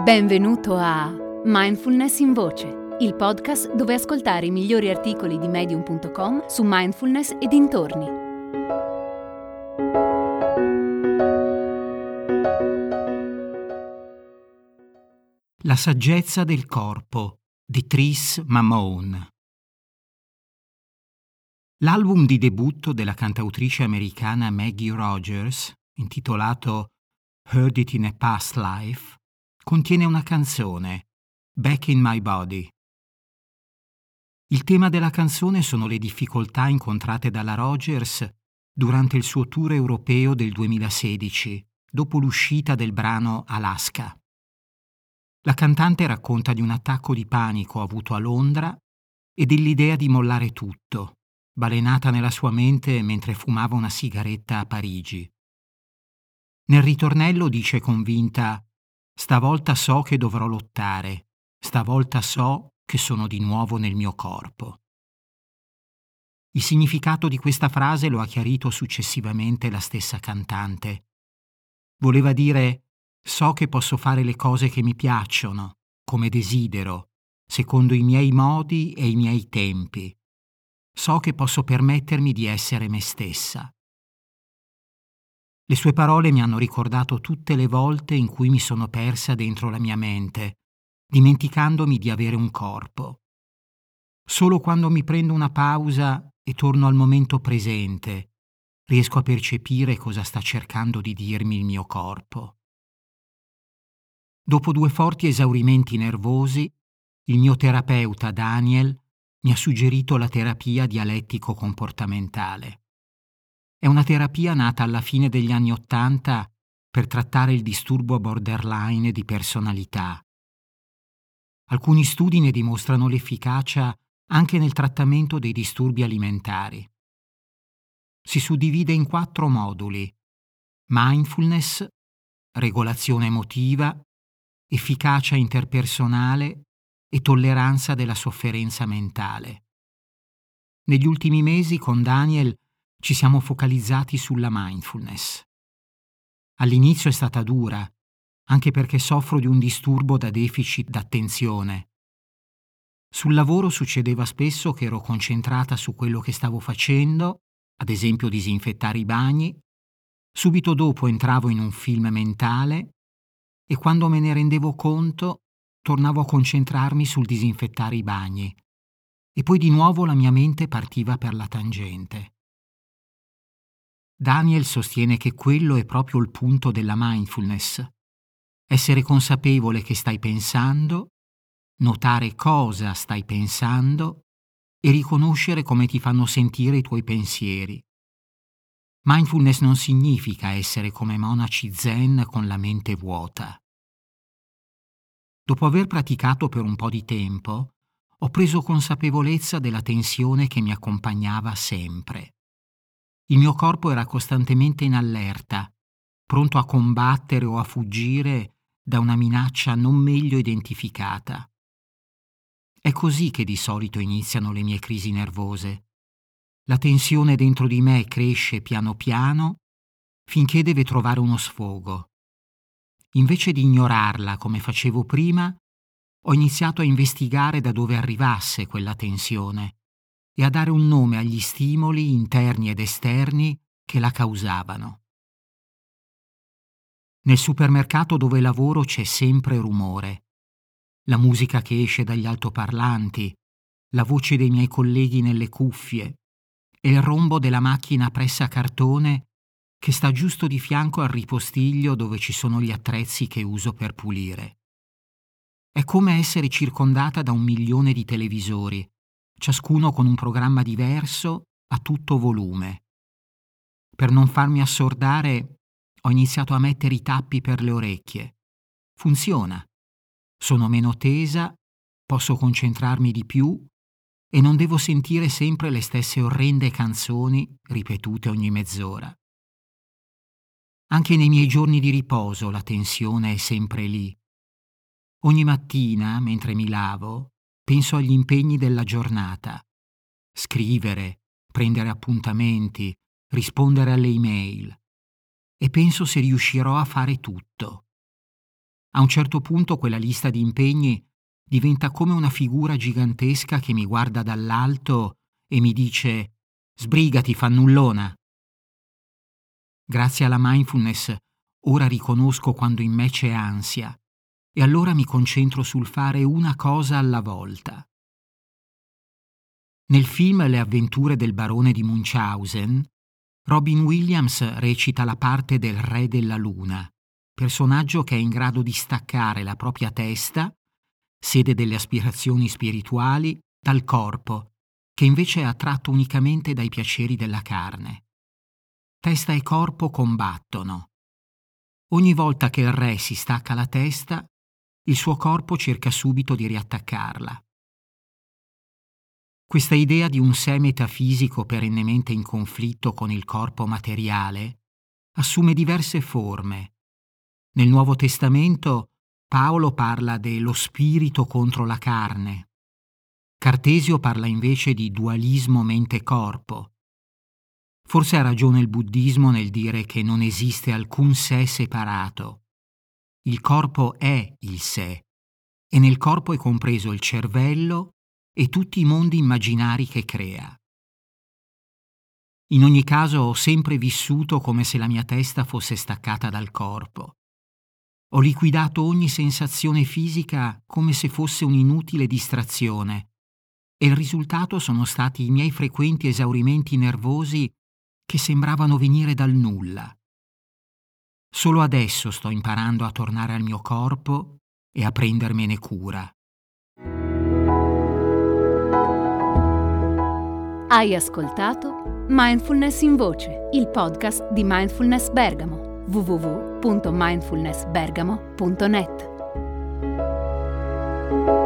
Benvenuto a Mindfulness in Voce, il podcast dove ascoltare i migliori articoli di Medium.com su mindfulness e dintorni. La saggezza del corpo di Tris Mamone. L'album di debutto della cantautrice americana Maggie Rogers, intitolato Heard It in a Past Life, contiene una canzone, Back in My Body. Il tema della canzone sono le difficoltà incontrate dalla Rogers durante il suo tour europeo del 2016, dopo l'uscita del brano Alaska. La cantante racconta di un attacco di panico avuto a Londra e dell'idea di mollare tutto, balenata nella sua mente mentre fumava una sigaretta a Parigi. Nel ritornello dice convinta: «Stavolta so che dovrò lottare, stavolta so che sono di nuovo nel mio corpo». Il significato di questa frase lo ha chiarito successivamente la stessa cantante. Voleva dire: so che posso fare le cose che mi piacciono, come desidero, secondo i miei modi e i miei tempi. So che posso permettermi di essere me stessa. Le sue parole mi hanno ricordato tutte le volte in cui mi sono persa dentro la mia mente, dimenticandomi di avere un corpo. Solo quando mi prendo una pausa e torno al momento presente, riesco a percepire cosa sta cercando di dirmi il mio corpo. Dopo 2 forti esaurimenti nervosi, il mio terapeuta Daniel mi ha suggerito la terapia dialettico-comportamentale. È una terapia nata alla fine degli anni '80 per trattare il disturbo borderline di personalità. Alcuni studi ne dimostrano l'efficacia anche nel trattamento dei disturbi alimentari. Si suddivide in 4 moduli: mindfulness, regolazione emotiva, efficacia interpersonale e tolleranza della sofferenza mentale. Negli ultimi mesi con Daniel ci siamo focalizzati sulla mindfulness. All'inizio è stata dura, anche perché soffro di un disturbo da deficit d'attenzione. Sul lavoro succedeva spesso che ero concentrata su quello che stavo facendo, ad esempio disinfettare i bagni. Subito dopo entravo in un film mentale e quando me ne rendevo conto tornavo a concentrarmi sul disinfettare i bagni e poi di nuovo la mia mente partiva per la tangente. Daniel sostiene che quello è proprio il punto della mindfulness: essere consapevole che stai pensando, notare cosa stai pensando e riconoscere come ti fanno sentire i tuoi pensieri. Mindfulness non significa essere come monaci zen con la mente vuota. Dopo aver praticato per un po' di tempo, ho preso consapevolezza della tensione che mi accompagnava sempre. Il mio corpo era costantemente in allerta, pronto a combattere o a fuggire da una minaccia non meglio identificata. È così che di solito iniziano le mie crisi nervose. La tensione dentro di me cresce piano piano finché deve trovare uno sfogo. Invece di ignorarla come facevo prima, ho iniziato a investigare da dove arrivasse quella tensione e a dare un nome agli stimoli interni ed esterni che la causavano. Nel supermercato dove lavoro c'è sempre rumore. La musica che esce dagli altoparlanti, la voce dei miei colleghi nelle cuffie e il rombo della macchina pressacartone che sta giusto di fianco al ripostiglio dove ci sono gli attrezzi che uso per pulire. È come essere circondata da 1 milione di televisori, ciascuno con un programma diverso a tutto volume. Per non farmi assordare, ho iniziato a mettere i tappi per le orecchie. Funziona. Sono meno tesa, posso concentrarmi di più e non devo sentire sempre le stesse orrende canzoni ripetute ogni mezz'ora. Anche nei miei giorni di riposo la tensione è sempre lì. Ogni mattina, mentre mi lavo, penso agli impegni della giornata. Scrivere, prendere appuntamenti, rispondere alle email. E penso se riuscirò a fare tutto. A un certo punto quella lista di impegni diventa come una figura gigantesca che mi guarda dall'alto e mi dice: «Sbrigati, fannullona!». Grazie alla mindfulness ora riconosco quando in me c'è ansia e allora mi concentro sul fare una cosa alla volta. Nel film Le avventure del barone di Munchausen, Robin Williams recita la parte del Re della Luna, personaggio che è in grado di staccare la propria testa, sede delle aspirazioni spirituali, dal corpo, che invece è attratto unicamente dai piaceri della carne. Testa e corpo combattono. Ogni volta che il re si stacca la testa, il suo corpo cerca subito di riattaccarla. Questa idea di un sé metafisico perennemente in conflitto con il corpo materiale assume diverse forme. Nel Nuovo Testamento Paolo parla dello spirito contro la carne. Cartesio parla invece di dualismo mente-corpo. Forse ha ragione il buddismo nel dire che non esiste alcun sé separato. Il corpo è il sé e nel corpo è compreso il cervello e tutti i mondi immaginari che crea. In ogni caso ho sempre vissuto come se la mia testa fosse staccata dal corpo. Ho liquidato ogni sensazione fisica come se fosse un'inutile distrazione e il risultato sono stati i miei frequenti esaurimenti nervosi che sembravano venire dal nulla. Solo adesso sto imparando a tornare al mio corpo e a prendermene cura. Hai ascoltato Mindfulness in Voce, il podcast di Mindfulness Bergamo, www.mindfulnessbergamo.net.